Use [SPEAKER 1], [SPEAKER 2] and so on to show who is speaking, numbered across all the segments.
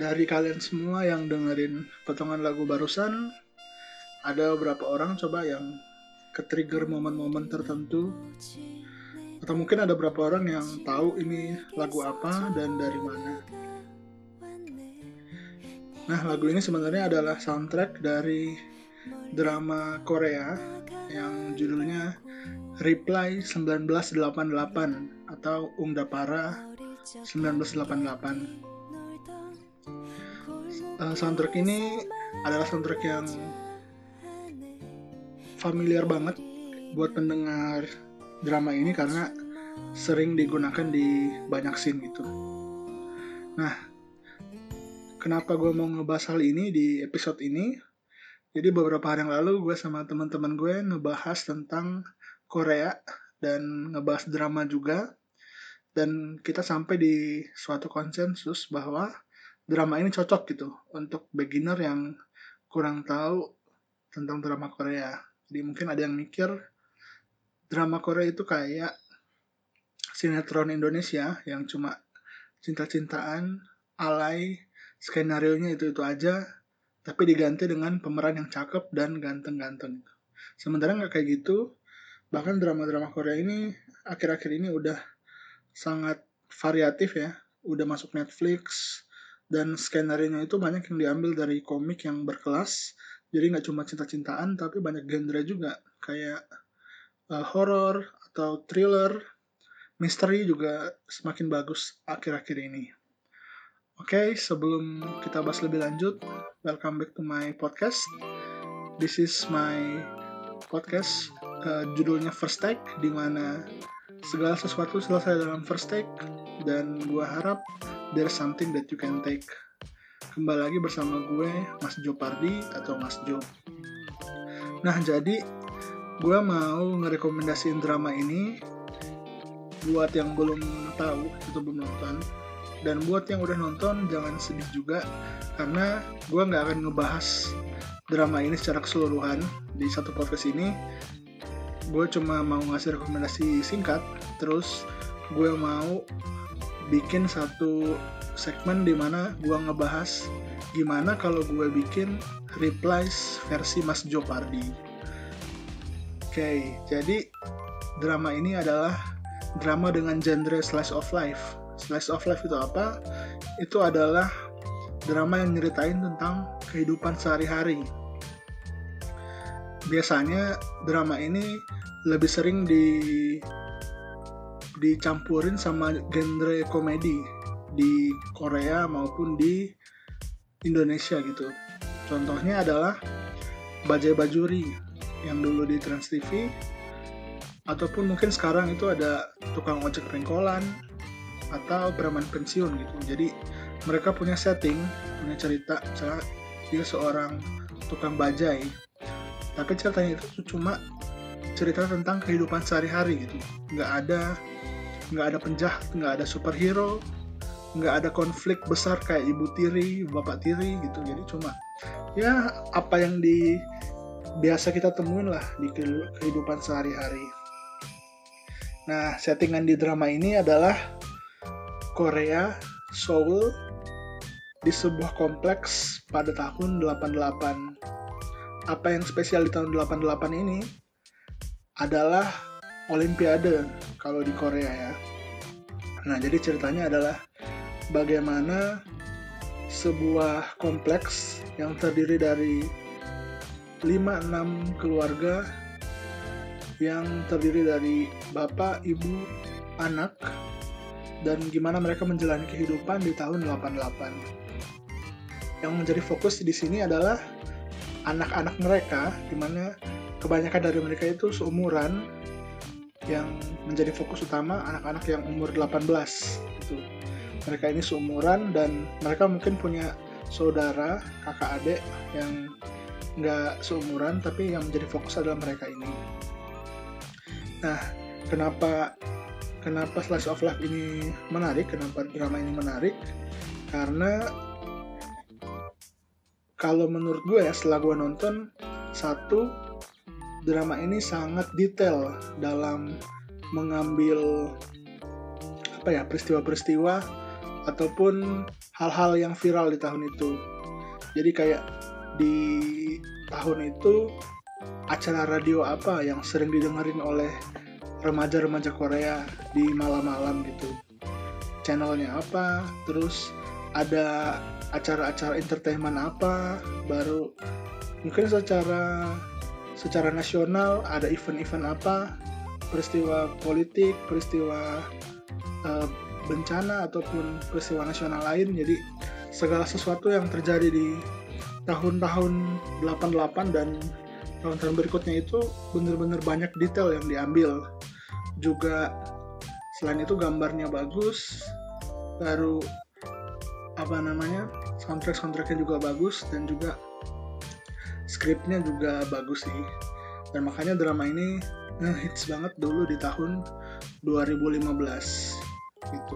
[SPEAKER 1] Dari kalian semua yang dengerin potongan lagu barusan, ada beberapa orang coba yang ke-trigger momen-momen tertentu, atau mungkin ada beberapa orang yang tahu ini lagu apa dan dari mana. Nah, lagu ini sebenarnya adalah soundtrack dari drama Korea yang judulnya Reply 1988 atau Ungdapara 1988. Soundtrack ini adalah soundtrack yang familiar banget buat pendengar drama ini karena sering digunakan di banyak scene gitu. Nah, kenapa gue mau ngebahas hal ini di episode ini? Jadi beberapa hari yang lalu gue sama teman-teman gue ngebahas tentang Korea dan ngebahas drama juga. Dan kita sampai di suatu konsensus bahwa drama ini cocok gitu untuk beginner yang kurang tahu tentang drama Korea. Jadi mungkin ada yang mikir drama Korea itu kayak sinetron Indonesia yang cuma cinta-cintaan, alay, skenario-nya itu-itu aja, tapi diganti dengan pemeran yang cakep dan ganteng-ganteng. Sementara nggak kayak gitu, bahkan drama-drama Korea ini akhir-akhir ini udah sangat variatif ya, udah masuk Netflix, dan skenario-nya itu banyak yang diambil dari komik yang berkelas, jadi nggak cuma cinta-cintaan, tapi banyak genre juga, kayak horror atau thriller, misteri juga semakin bagus akhir-akhir ini. Oke, sebelum kita bahas lebih lanjut, welcome back to my podcast. This is my podcast, judulnya First Take, di mana segala sesuatu selesai dalam first take, dan gue harap there's something that you can take. Kembali lagi bersama gue, Mas Jo Pardi atau Mas Jo. Nah, jadi gue mau ngerekomendasiin drama ini buat yang belum tahu atau belum nonton. Dan buat yang udah nonton, jangan sedih juga, karena gue gak akan ngebahas drama ini secara keseluruhan di satu podcast ini. Gue cuma mau ngasih rekomendasi singkat, terus gue mau bikin satu segmen di mana gue ngebahas gimana kalau gue bikin replies versi Mas Jo Pardi. Oke, jadi drama ini adalah drama dengan genre slice of life. Slice of life itu apa? Itu adalah drama yang nyeritain tentang kehidupan sehari-hari. Biasanya drama ini lebih sering dicampurin sama genre komedi di Korea maupun di Indonesia gitu. Contohnya adalah Bajaj Bajuri yang dulu di Trans TV, ataupun mungkin sekarang itu ada tukang ojek pengkolan atau preman pensiun gitu. Jadi mereka punya setting, punya cerita, misalnya dia seorang tukang bajai, tapi ceritanya itu cuma cerita tentang kehidupan sehari-hari gitu. Nggak ada penjahat, nggak ada superhero, nggak ada konflik besar kayak ibu tiri, bapak tiri gitu. Jadi cuma ya apa yang biasa kita temuin lah di kehidupan sehari-hari. Nah, settingan di drama ini adalah Korea, Seoul, di sebuah kompleks pada tahun 88. Apa yang spesial di tahun 88 ini adalah Olimpiade kalau di Korea ya. Nah, jadi ceritanya adalah bagaimana sebuah kompleks yang terdiri dari 5-6 keluarga yang terdiri dari bapak, ibu, anak, dan gimana mereka menjalani kehidupan di tahun 88. Yang menjadi fokus di sini adalah anak-anak mereka, di mana kebanyakan dari mereka itu seumuran, yang menjadi fokus utama anak-anak yang umur 18 gitu. Mereka ini seumuran dan mereka mungkin punya saudara, kakak adik yang nggak seumuran, tapi yang menjadi fokus adalah mereka ini. Nah, kenapa slice of life ini menarik, kenapa drama ini menarik? Karena kalau menurut gue ya, setelah gue nonton, satu, drama ini sangat detail dalam mengambil peristiwa-peristiwa ataupun hal-hal yang viral di tahun itu. Jadi kayak di tahun itu acara radio apa yang sering didengerin oleh remaja-remaja Korea di malam-malam gitu. Channelnya apa, terus ada acara-acara entertainment apa, baru mungkin secara nasional ada event-event apa, peristiwa politik, peristiwa bencana ataupun peristiwa nasional lain. Jadi segala sesuatu yang terjadi di tahun-tahun 88 dan tahun-tahun berikutnya itu benar-benar banyak detail yang diambil. Juga selain itu gambarnya bagus, baru soundtracknya juga bagus, dan juga skripnya juga bagus sih. Dan makanya drama ini hits banget dulu di tahun 2015 gitu.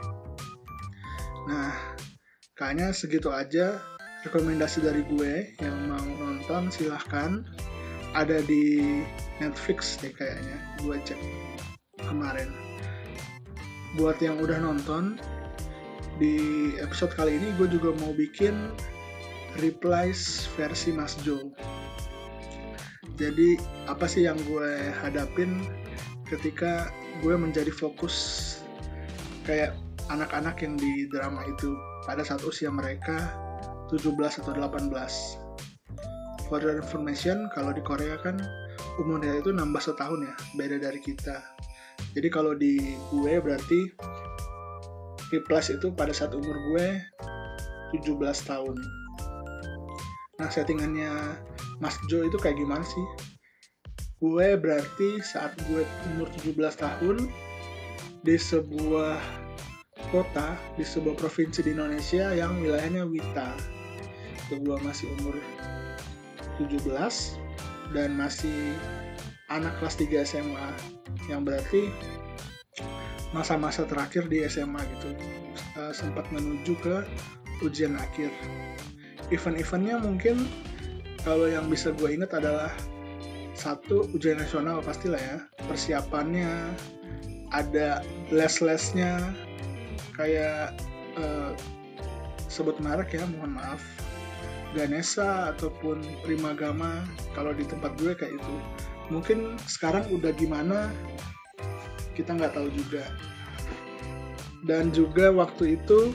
[SPEAKER 1] Nah, kayaknya segitu aja rekomendasi dari gue. Yang mau nonton silahkan, ada di Netflix deh kayaknya, gue cek kemarin. Buat yang udah nonton, di episode kali ini gue juga mau bikin replies versi Mas Jo. Jadi apa sih yang gue hadapin ketika gue menjadi fokus kayak anak-anak yang di drama itu pada saat usia mereka 17 atau 18. For your information, kalau di Korea kan umurnya itu nambah setahun ya, beda dari kita. Jadi kalau di gue berarti replies itu pada saat umur gue 17 tahun. Nah, settingannya Mas Jo itu kayak gimana sih? Gue berarti saat gue umur 17 tahun di sebuah kota, di sebuah provinsi di Indonesia yang wilayahnya Wita. Itu gue masih umur 17 dan masih anak kelas 3 SMA, yang berarti masa-masa terakhir di SMA gitu, sempat menuju ke ujian akhir. Event-eventnya mungkin kalau yang bisa gue ingat adalah satu, ujian nasional pastilah ya, persiapannya, ada les-lesnya, kayak sebut merek ya, mohon maaf, Ganesha ataupun Primagama kalau di tempat gue kayak itu. Mungkin sekarang udah gimana kita nggak tahu juga. Dan juga waktu itu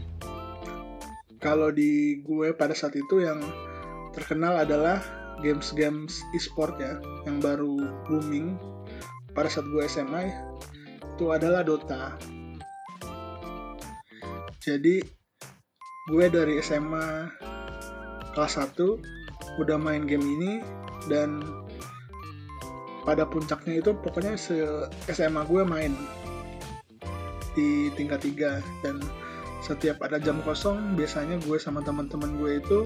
[SPEAKER 1] kalau di gue pada saat itu yang terkenal adalah games e-sport ya, yang baru booming pada saat gue SMA, itu adalah Dota. Jadi gue dari SMA kelas 1 udah main game ini, dan pada puncaknya itu pokoknya SMA gue main di tingkat 3, dan setiap ada jam kosong biasanya gue sama teman-teman gue itu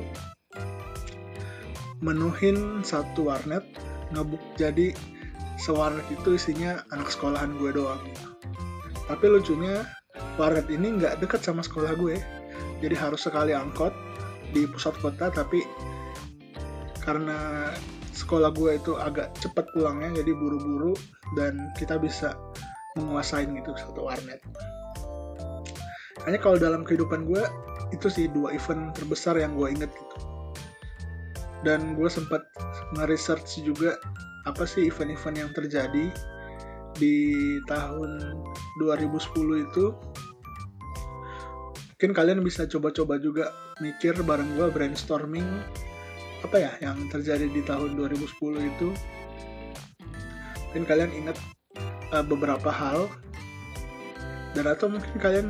[SPEAKER 1] menuhin satu warnet, ngebuk. Jadi sewarnet itu isinya anak sekolahan gue doang. Tapi lucunya warnet ini nggak dekat sama sekolah gue, jadi harus sekali angkot di pusat kota. Tapi karena sekolah gue itu agak cepat pulangnya, jadi buru-buru, dan kita bisa menguasain gitu satu warnet. Hanya kalau dalam kehidupan gue itu sih 2 event terbesar yang gue inget gitu. Dan gue sempat nge-research juga apa sih event-event yang terjadi di tahun 2010 itu. Mungkin kalian bisa coba-coba juga mikir bareng gue, brainstorming apa ya yang terjadi di tahun 2010 itu. Mungkin kalian ingat beberapa hal, dan atau mungkin kalian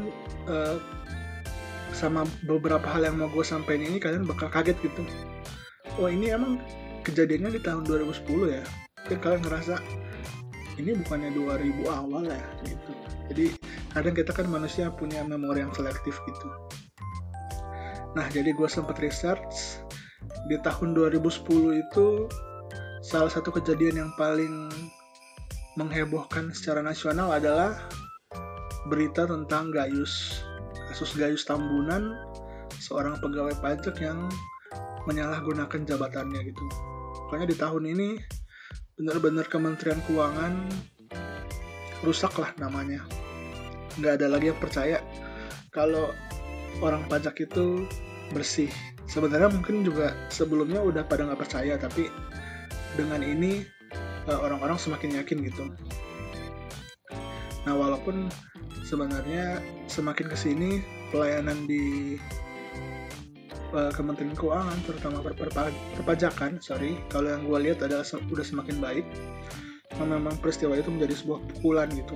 [SPEAKER 1] sama beberapa hal yang mau gue sampaikan ini kalian bakal kaget gitu. Oh, ini emang kejadiannya di tahun 2010 ya. Mungkin kalian ngerasa ini bukannya 2000 awal ya gitu. Jadi kadang kita kan manusia punya memori yang selektif gitu. Nah, jadi gue sempat research di tahun 2010 itu salah satu kejadian yang paling menghebohkan secara nasional adalah berita tentang Gayus, kasus Gayus Tambunan, seorang pegawai pajak yang menyalahgunakan jabatannya gitu. Pokoknya di tahun ini benar-benar Kementerian Keuangan rusak lah namanya. Nggak ada lagi yang percaya kalau orang pajak itu bersih. Sebenarnya mungkin juga sebelumnya udah pada nggak percaya, tapi dengan ini orang-orang semakin yakin gitu. Nah, walaupun sebenarnya semakin kesini pelayanan di Kementerian Keuangan, terutama perpajakan, kalau yang gue lihat adalah udah semakin baik. Memang peristiwa itu menjadi sebuah pukulan gitu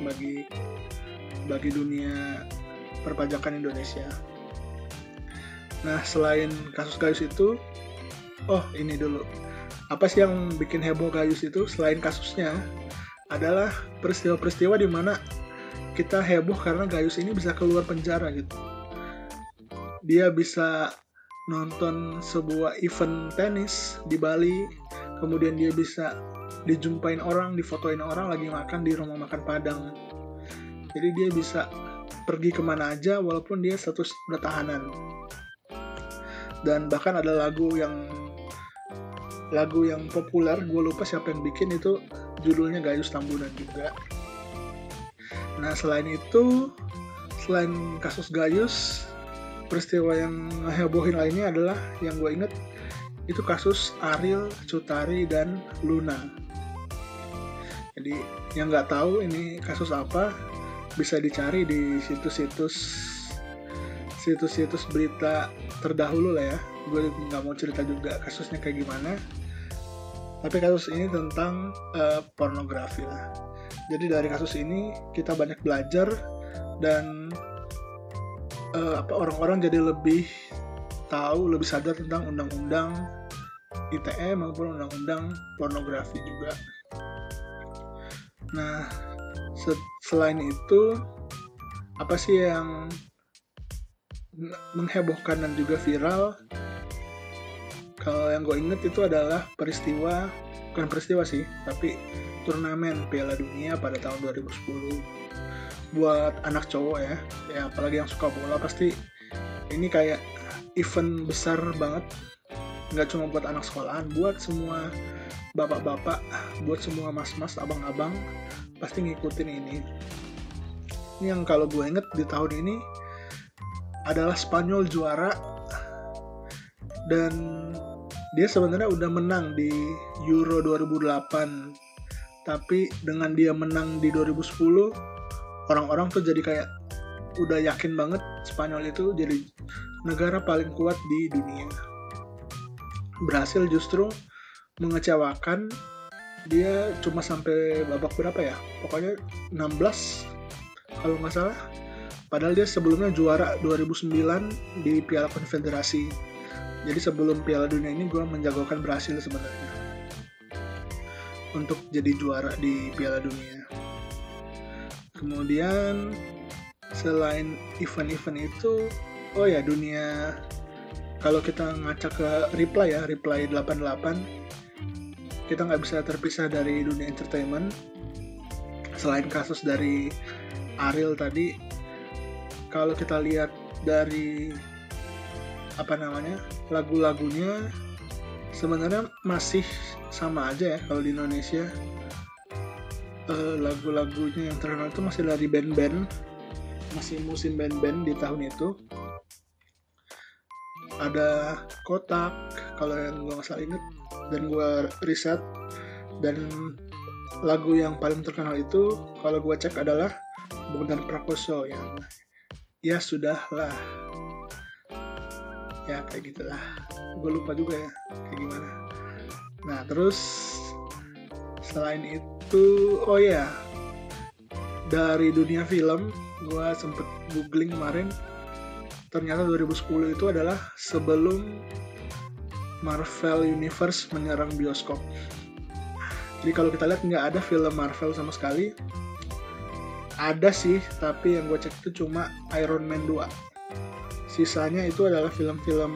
[SPEAKER 1] bagi dunia perpajakan Indonesia. Nah, selain kasus Gayus itu, ini dulu. Apa sih yang bikin heboh Gayus itu? Selain kasusnya, adalah peristiwa-peristiwa di mana kita heboh karena Gayus ini bisa keluar penjara gitu. Dia bisa nonton sebuah event tenis di Bali, kemudian dia bisa dijumpain orang, difotoin orang lagi makan di rumah makan Padang. Jadi dia bisa pergi kemana aja walaupun dia status udah tahanan. Dan bahkan ada lagu yang populer, gue lupa siapa yang bikin, itu judulnya Gayus Tambunan juga. Nah, selain kasus Gayus, peristiwa yang hebohin lainnya adalah yang gue inget itu kasus Ariel, Cut Tari, dan Luna. Jadi yang nggak tahu ini kasus apa, bisa dicari di situs-situs berita terdahulu lah ya. Gue nggak mau cerita juga kasusnya kayak gimana. Tapi kasus ini tentang pornografi lah. Jadi dari kasus ini kita banyak belajar dan orang-orang jadi lebih tahu, lebih sadar tentang undang-undang ITE maupun undang-undang pornografi juga. Nah, selain itu, apa sih yang menghebohkan dan juga viral? Kalau yang gue inget itu adalah bukan peristiwa sih, tapi turnamen Piala Dunia pada tahun 2010. Buat anak cowok ya apalagi yang suka bola, pasti ini kayak event besar banget. Nggak cuma buat anak sekolahan, buat semua bapak-bapak, buat semua mas-mas, abang-abang, pasti ngikutin ini. Ini yang kalau gue inget di tahun ini adalah Spanyol juara, dan dia sebenarnya udah menang di Euro 2008, tapi dengan dia menang di 2010, orang-orang tuh jadi kayak udah yakin banget Spanyol itu jadi negara paling kuat di dunia. Berhasil justru mengecewakan, dia cuma sampai babak berapa ya, pokoknya 16 kalau nggak salah. Padahal dia sebelumnya juara 2009 di Piala Konfederasi. Jadi sebelum Piala Dunia ini gue menjagokan Brasil sebenarnya untuk jadi juara di Piala Dunia. Kemudian selain event-event itu, dunia, kalau kita ngaca ke Reply 88, kita nggak bisa terpisah dari dunia entertainment. Selain kasus dari Ariel tadi, kalau kita lihat dari lagu-lagunya, sebenarnya masih sama aja ya kalau di Indonesia. Lagu-lagunya yang terkenal itu masih dari band-band, masih musim band-band di tahun itu. Ada Kotak kalau yang gue nggak salah inget, dan gue riset, dan lagu yang paling terkenal itu kalau gue cek adalah Bondan Prakoso yang Ya Sudahlah, ya kayak gitulah. Gue lupa juga ya kayak gimana. Nah, terus selain itu, dari dunia film, gue sempet googling kemarin, ternyata 2010 itu adalah sebelum Marvel Universe menyerang bioskop. Jadi kalau kita lihat nggak ada film Marvel sama sekali. Ada sih, tapi yang gue cek itu cuma Iron Man 2. Sisanya itu adalah film-film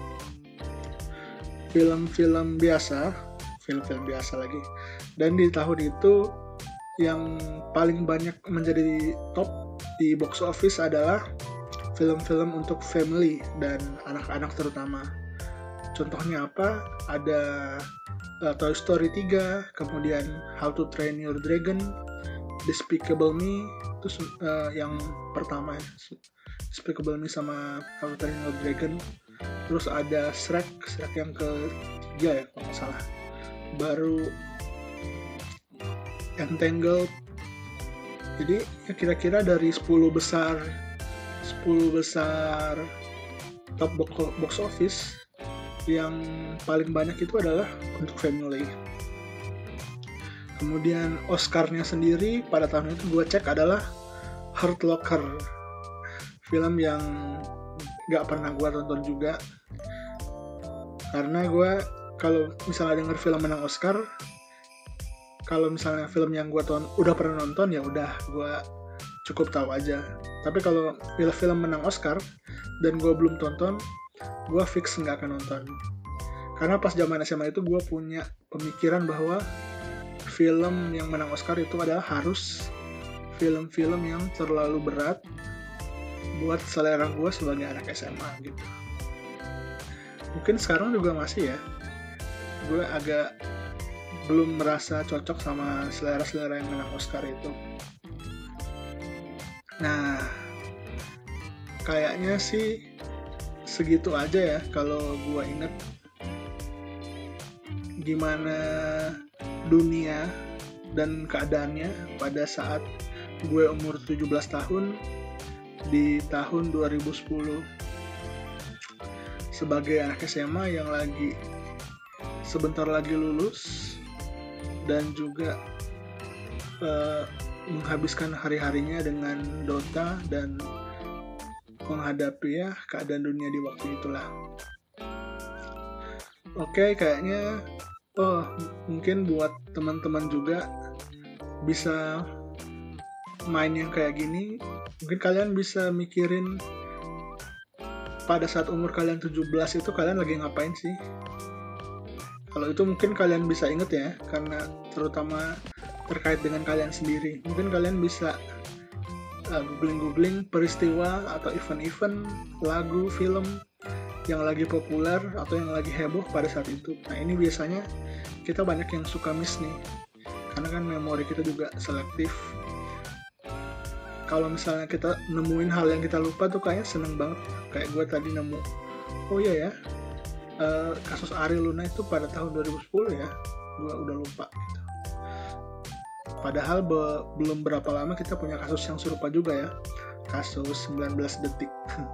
[SPEAKER 1] biasa, film-film biasa lagi. Dan di tahun itu yang paling banyak menjadi top di box office adalah film-film untuk family dan anak-anak terutama. Contohnya apa? Ada Toy Story 3, kemudian How to Train Your Dragon, Despicable Me, itu yang pertama. Despicable Me sama How to Train Your Dragon. Terus ada Shrek yang ketiga ya kalau nggak salah. Baru Entangled. Jadi ya kira-kira dari 10 besar top box office, yang paling banyak itu adalah untuk family. Kemudian Oscar-nya sendiri pada tahun itu gue cek adalah Hurt Locker, film yang gak pernah gue tonton juga, karena gue kalau misalnya denger film menang Oscar, kalau misalnya film yang gue udah pernah nonton ya udah gue cukup tahu aja. Tapi kalau film menang Oscar dan gue belum tonton, gue fix nggak akan nonton. Karena pas zaman SMA itu gue punya pemikiran bahwa film yang menang Oscar itu adalah harus film-film yang terlalu berat buat selera gue sebagai anak SMA gitu. Mungkin sekarang juga masih ya, gue agak belum merasa cocok sama selera-selera yang menang Oscar itu. Nah, kayaknya sih segitu aja ya kalau gue inget gimana dunia dan keadaannya pada saat gue umur 17 tahun di tahun 2010 sebagai anak SMA yang sebentar lagi lulus dan juga menghabiskan hari-harinya dengan Dota dan menghadapi ya keadaan dunia di waktu itulah. Oke, kayaknya mungkin buat teman-teman juga bisa main yang kayak gini. Mungkin kalian bisa mikirin pada saat umur kalian 17 itu kalian lagi ngapain sih? Kalau itu mungkin kalian bisa inget ya, karena terutama terkait dengan kalian sendiri. Mungkin kalian bisa googling peristiwa atau event-event, lagu, film yang lagi populer atau yang lagi heboh pada saat itu. Nah ini biasanya kita banyak yang suka miss nih, karena kan memori kita juga selektif. Kalau misalnya kita nemuin hal yang kita lupa tuh kayaknya seneng banget. Kayak gue tadi nemu, oh iya ya, kasus Ariel Luna itu pada tahun 2010 ya, gue udah lupa gitu. Padahal belum berapa lama kita punya kasus yang serupa juga ya, kasus 19 detik.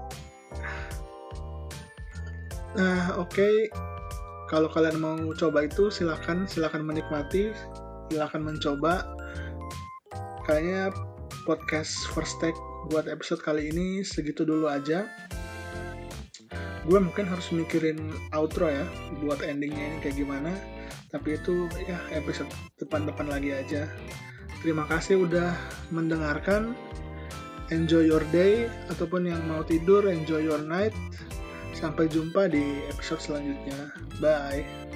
[SPEAKER 1] Nah oke, kalau kalian mau coba itu silakan menikmati, silakan mencoba. Kayaknya podcast First Take buat episode kali ini segitu dulu aja. Gue mungkin harus mikirin outro ya buat endingnya ini kayak gimana, tapi itu ya episode depan lagi aja. Terima kasih udah mendengarkan. Enjoy your day, ataupun yang mau tidur enjoy your night. Sampai jumpa di episode selanjutnya. Bye.